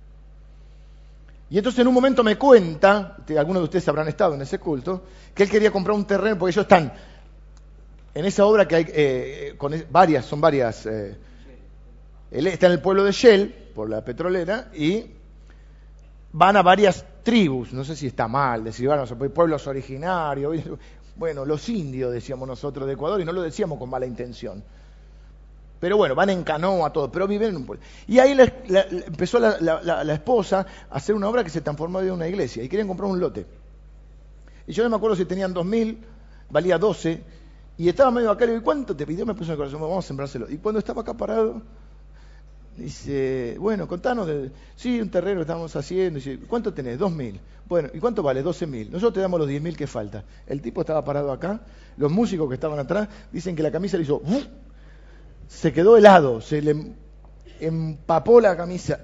Y entonces en un momento me cuenta, algunos de ustedes habrán estado en ese culto, que él quería comprar un terreno, porque ellos están en esa obra que hay, son varias. Él está en el pueblo de Shell, por la petrolera, y van a varias tribus, no sé si está mal decir, bueno, pueblos originarios, bueno, los indios decíamos nosotros de Ecuador, y no lo decíamos con mala intención. Pero bueno, van en canoa, todo, pero viven en un pueblo. Y ahí empezó la esposa a hacer una obra que se transformó en una iglesia, y querían comprar un lote. Y yo no me acuerdo si tenían 2.000, valía 12, y estaba medio acá, le digo, ¿cuánto te pidió? Me puso en el corazón, vamos a sembrárselo. Y cuando estaba acá parado, dice, bueno, contanos, sí, un terreno que estamos haciendo. Dice, ¿cuánto tenés? 2.000. Bueno, ¿y cuánto vale? 12.000. Nosotros te damos los 10.000 que falta. El tipo estaba parado acá, los músicos que estaban atrás dicen que la camisa le hizo, ¡uf! Se quedó helado, se le empapó la camisa.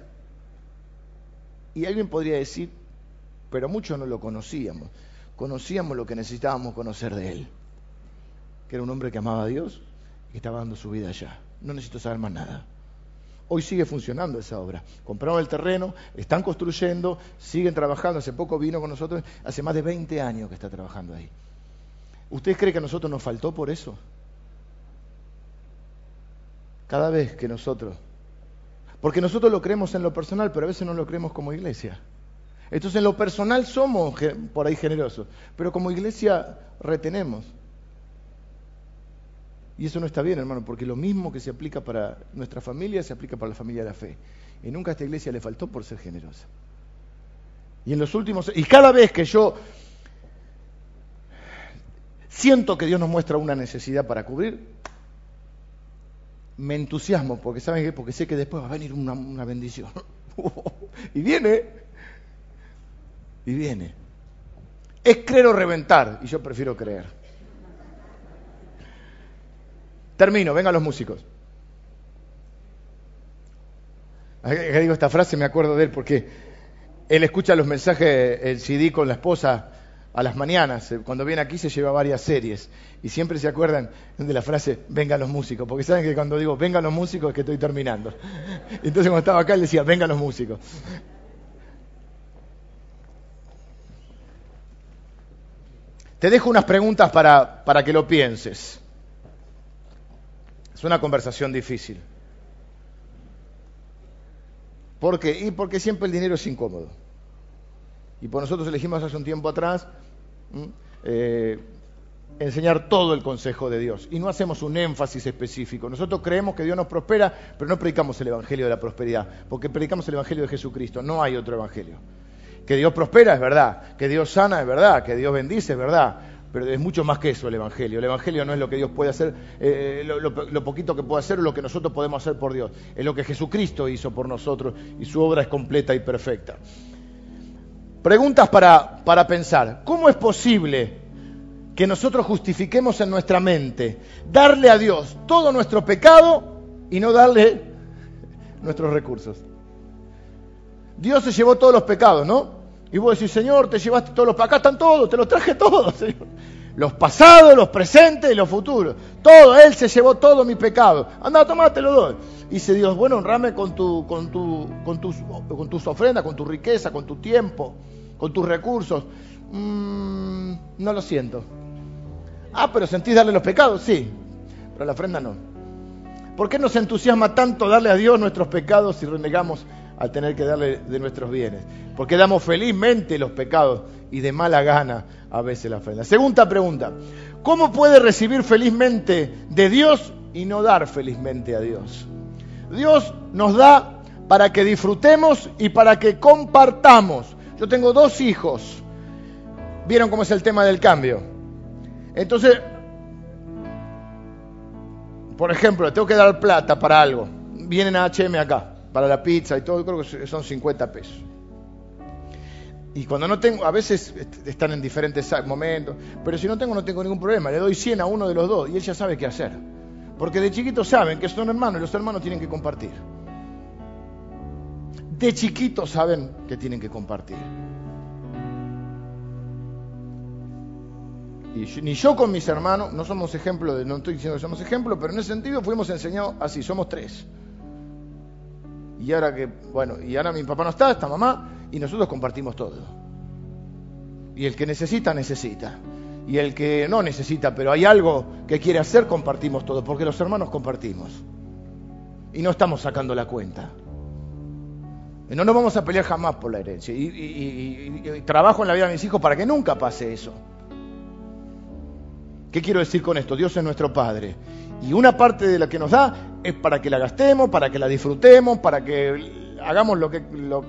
Y alguien podría decir, pero muchos no lo conocíamos lo que necesitábamos conocer de él, que era un hombre que amaba a Dios y que estaba dando su vida allá. No necesito saber más nada. Hoy sigue funcionando esa obra. Compraron el terreno, están construyendo, siguen trabajando. Hace poco vino con nosotros, hace más de 20 años que está trabajando ahí. ¿Usted cree que a nosotros nos faltó por eso? Cada vez que nosotros... Porque nosotros lo creemos en lo personal, pero a veces no lo creemos como iglesia. Entonces en lo personal somos por ahí generosos, pero como iglesia retenemos. Y eso no está bien, hermano, porque lo mismo que se aplica para nuestra familia, se aplica para la familia de la fe. Y nunca a esta iglesia le faltó por ser generosa. Y cada vez que yo siento que Dios nos muestra una necesidad para cubrir, me entusiasmo, porque ¿saben qué? Porque sé que después va a venir una bendición. Y viene. Es creer o reventar, y yo prefiero creer. Termino, vengan los músicos. Que digo esta frase, me acuerdo de él, porque él escucha los mensajes, el CD con la esposa a las mañanas. Cuando viene aquí se lleva varias series. Y siempre se acuerdan de la frase, vengan los músicos. Porque saben que cuando digo, vengan los músicos, es que estoy terminando. Entonces cuando estaba acá, él decía, vengan los músicos. Te dejo unas preguntas para que lo pienses. Es una conversación difícil. ¿Por qué? Y porque siempre el dinero es incómodo. Y por nosotros elegimos hace un tiempo atrás enseñar todo el consejo de Dios. Y no hacemos un énfasis específico. Nosotros creemos que Dios nos prospera, pero no predicamos el evangelio de la prosperidad, porque predicamos el evangelio de Jesucristo. No hay otro evangelio. Que Dios prospera es verdad, que Dios sana es verdad, que Dios bendice es verdad. pero es mucho más que eso el Evangelio. El Evangelio no es lo que Dios puede hacer, lo poquito que puede hacer o lo que nosotros podemos hacer por Dios. Es lo que Jesucristo hizo por nosotros y su obra es completa y perfecta. Preguntas para pensar. ¿Cómo es posible que nosotros justifiquemos en nuestra mente darle a Dios todo nuestro pecado y no darle nuestros recursos? Dios se llevó todos los pecados, ¿no? Y vos decís, Señor, te llevaste todos los pecados. Acá están todos, te los traje todos, Señor. Los pasados, los presentes y los futuros. Todo, Él se llevó todo mi pecado. Anda, tomá, te lo doy. Y dice Dios, bueno, honrame con tus ofrendas, con tu riqueza, con tu tiempo, con tus recursos. No lo siento. Ah, pero ¿sentís darle los pecados? Sí, pero la ofrenda no. ¿Por qué nos entusiasma tanto darle a Dios nuestros pecados si renegamos al tener que darle de nuestros bienes? Porque damos felizmente los pecados y de mala gana a veces la ofrenda. Segunda pregunta, ¿cómo puede recibir felizmente de Dios y no dar felizmente a Dios? Dios nos da para que disfrutemos y para que compartamos. Yo tengo 2 hijos. ¿Vieron cómo es el tema del cambio? Entonces, por ejemplo, tengo que dar plata para algo. Vienen a H&M acá, para la pizza y todo, creo que son 50 pesos. Y cuando no tengo, a veces están en diferentes momentos, pero si no tengo ningún problema. Le doy 100 a uno de los dos y él ya sabe qué hacer. Porque de chiquitos saben que son hermanos y los hermanos tienen que compartir. De chiquitos saben que tienen que compartir. Y ni yo con mis hermanos, no somos ejemplo, no estoy diciendo que somos ejemplo, pero en ese sentido fuimos enseñados así, somos 3. Y ahora mi papá no está mamá, y nosotros compartimos todo. Y el que necesita, necesita. Y el que no necesita, pero hay algo que quiere hacer, compartimos todo, porque los hermanos compartimos. Y no estamos sacando la cuenta. Y no nos vamos a pelear jamás por la herencia. Y trabajo en la vida de mis hijos para que nunca pase eso. ¿Qué quiero decir con esto? Dios es nuestro Padre. Y una parte de la que nos da es para que la gastemos, para que la disfrutemos, para que hagamos lo que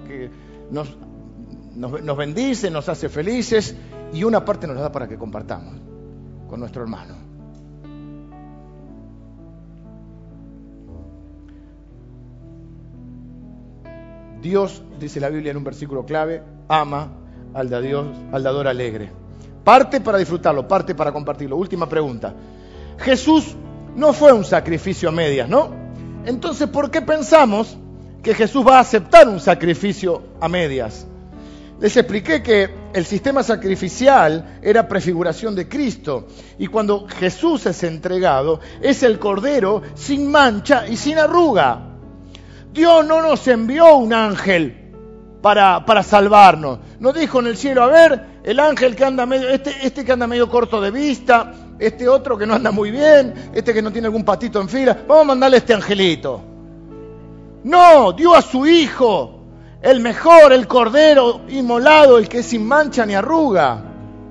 nos bendice, nos hace felices. Y una parte nos la da para que compartamos con nuestro hermano. Dios, dice la Biblia en un versículo clave, ama al dador alegre. Parte para disfrutarlo, parte para compartirlo. Última pregunta. Jesús no fue un sacrificio a medias, ¿no? Entonces, ¿por qué pensamos que Jesús va a aceptar un sacrificio a medias? Les expliqué que el sistema sacrificial era prefiguración de Cristo. Y cuando Jesús es entregado, es el Cordero sin mancha y sin arruga. Dios no nos envió un ángel para salvarnos. Nos dijo en el cielo, a ver, el ángel que anda medio, este que anda medio corto de vista, este otro que no anda muy bien, este que no tiene algún patito en fila, vamos a mandarle este angelito. No, dio a su hijo, el mejor, el cordero inmolado, el que es sin mancha ni arruga.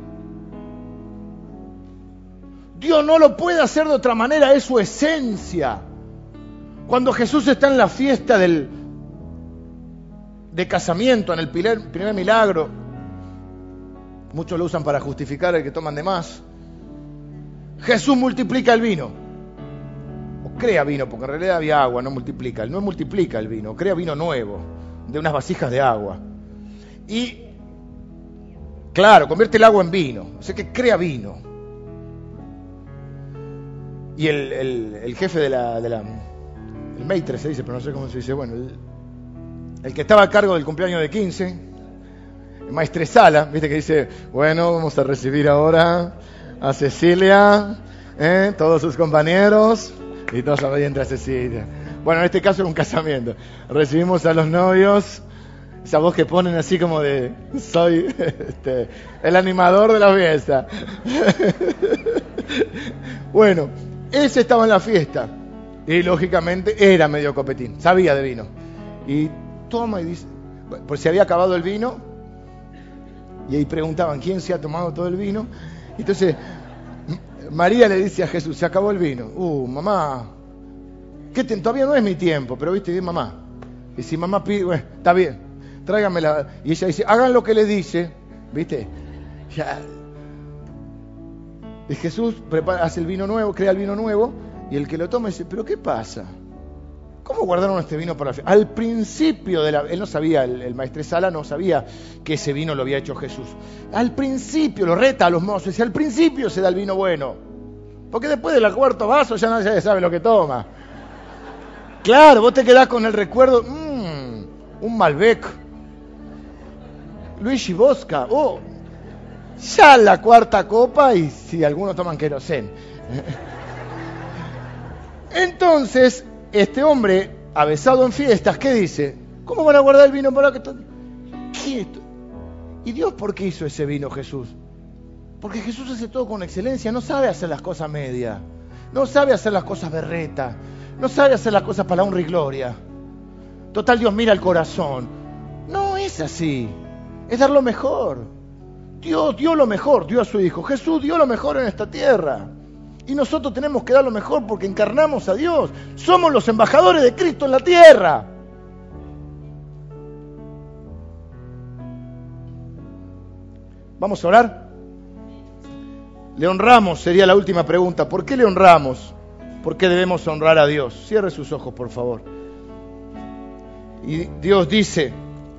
Dios no lo puede hacer de otra manera, es su esencia. Cuando Jesús está en la fiesta de casamiento, en el primer milagro, muchos lo usan para justificar el que toman de más. Jesús multiplica el vino, o crea vino, porque en realidad había agua, no multiplica. Él no multiplica el vino, crea vino nuevo, de unas vasijas de agua. Y, claro, convierte el agua en vino, o sea que crea vino. Y el jefe de la el maitre se dice, pero no sé cómo se dice, bueno, el que estaba a cargo del cumpleaños de 15, el maestresala, viste que dice, bueno, vamos a recibir ahora a Cecilia, todos sus compañeros, y todos ahí entra Cecilia. Bueno, en este caso era un casamiento. Recibimos a los novios, esa voz que ponen así como de, soy el animador de la fiesta. Bueno, ese estaba en la fiesta, y lógicamente era medio copetín, sabía de vino. Y toma y dice, pues se había acabado el vino, y ahí preguntaban, ¿quién se ha tomado todo el vino? Entonces, María le dice a Jesús, se acabó el vino. Mamá, todavía no es mi tiempo, pero viste bien, mamá. Y si mamá pide, bueno, está bien, tráigamela. Y ella dice, hagan lo que le dice, viste. Ya. Y Jesús hace el vino nuevo, crea el vino nuevo, y el que lo toma dice, ¿pero qué pasa? ¿Cómo guardaron este vino para la fiesta? Al principio él no sabía, el maestresala no sabía que ese vino lo había hecho Jesús. Al principio, lo reta a los mozos, dice, al principio se da el vino bueno. Porque después del cuarto vaso ya nadie sabe lo que toma. Claro, vos te quedás con el recuerdo, un Malbec, Luigi Bosca, ya la cuarta copa y si algunos toman querosén. Entonces, este hombre, avesado en fiestas, ¿qué dice? ¿Cómo van a guardar el vino para que ¿Qué? ¿Y Dios por qué hizo ese vino, Jesús? Porque Jesús hace todo con excelencia, no sabe hacer las cosas medias, no sabe hacer las cosas berretas, no sabe hacer las cosas para honra y gloria. Total, Dios mira el corazón. No es así, es dar lo mejor. Dios dio lo mejor, dio a su Hijo. Jesús dio lo mejor en esta tierra. Y nosotros tenemos que dar lo mejor porque encarnamos a Dios. Somos los embajadores de Cristo en la tierra. ¿Vamos a orar? Le honramos, sería la última pregunta. ¿Por qué le honramos? ¿Por qué debemos honrar a Dios? Cierre sus ojos, por favor. Y Dios dice,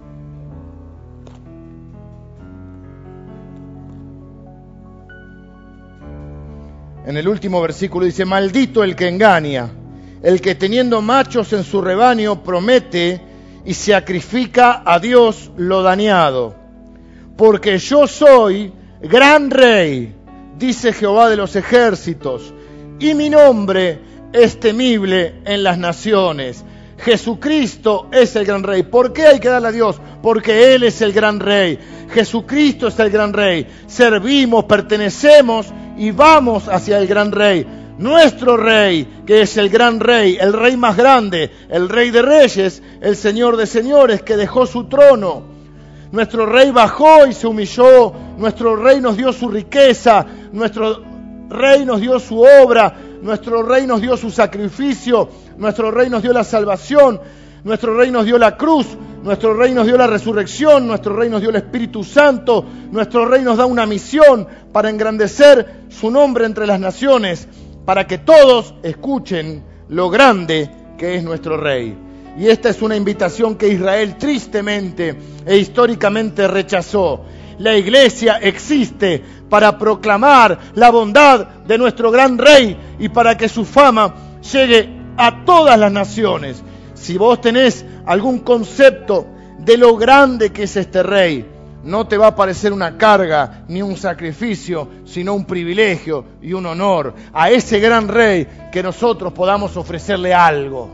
en el último versículo dice, maldito el que engaña, el que teniendo machos en su rebaño promete y sacrifica a Dios lo dañado. Porque yo soy gran rey, dice Jehová de los ejércitos, y mi nombre es temible en las naciones. Jesucristo es el gran rey. ¿Por qué hay que darle a Dios? Porque Él es el gran rey. Jesucristo es el gran rey. Servimos, pertenecemos y vamos hacia el gran rey. Nuestro rey, que es el gran rey, el rey más grande, el rey de reyes, el señor de señores, que dejó su trono. Nuestro rey bajó y se humilló. Nuestro rey nos dio su riqueza. Nuestro rey nos dio su obra. Nuestro rey nos dio su sacrificio. Nuestro rey nos dio la salvación. Nuestro rey nos dio la cruz. Nuestro rey nos dio la resurrección. Nuestro rey nos dio el Espíritu Santo. Nuestro rey nos da una misión para engrandecer su nombre entre las naciones, para que todos escuchen lo grande que es nuestro rey. Y esta es una invitación que Israel tristemente e históricamente rechazó. La iglesia existe para proclamar la bondad de nuestro gran rey y para que su fama llegue a todas las naciones. Si vos tenés algún concepto de lo grande que es este rey, no te va a parecer una carga ni un sacrificio, sino un privilegio y un honor a ese gran rey que nosotros podamos ofrecerle algo.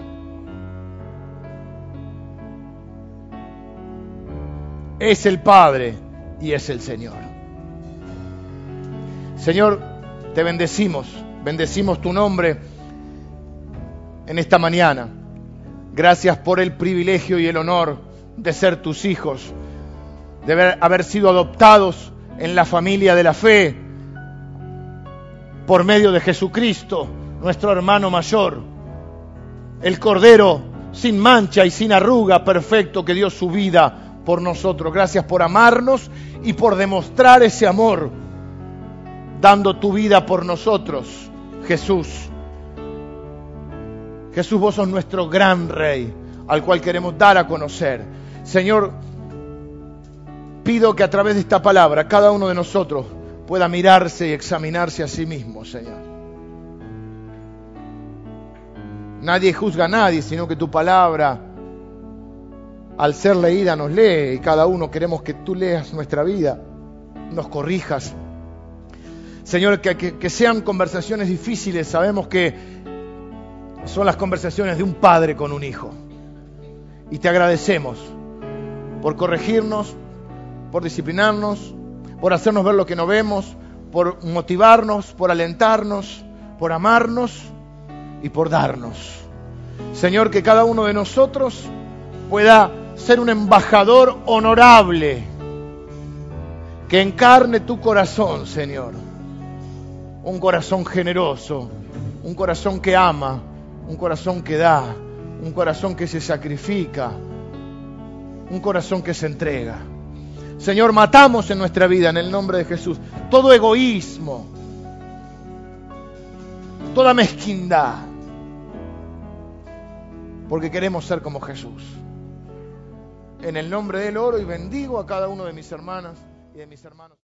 Es el Padre y es el Señor. Señor, te bendecimos tu nombre en esta mañana. Gracias por el privilegio y el honor de ser tus hijos, de haber sido adoptados en la familia de la fe por medio de Jesucristo, nuestro hermano mayor, el Cordero sin mancha y sin arruga, perfecto, que dio su vida por nosotros. Gracias por amarnos y por demostrar ese amor, dando tu vida por nosotros, Jesús. Jesús, vos sos nuestro gran rey, al cual queremos dar a conocer. Señor, pido que a través de esta palabra cada uno de nosotros pueda mirarse y examinarse a sí mismo, Señor. Nadie juzga a nadie, sino que tu palabra, al ser leída, nos lee, y cada uno queremos que tú leas nuestra vida, nos corrijas. Señor, que sean conversaciones difíciles. Sabemos que son las conversaciones de un padre con un hijo. Y te agradecemos por corregirnos, por disciplinarnos, por hacernos ver lo que no vemos, por motivarnos, por alentarnos, por amarnos y por darnos. Señor, que cada uno de nosotros pueda ser un embajador honorable, que encarne tu corazón, Señor. Un corazón generoso, un corazón que ama, un corazón que da, un corazón que se sacrifica, un corazón que se entrega. Señor, matamos en nuestra vida, en el nombre de Jesús, todo egoísmo, toda mezquindad, porque queremos ser como Jesús. En el nombre del oro y bendigo a cada uno de mis hermanas y de mis hermanos.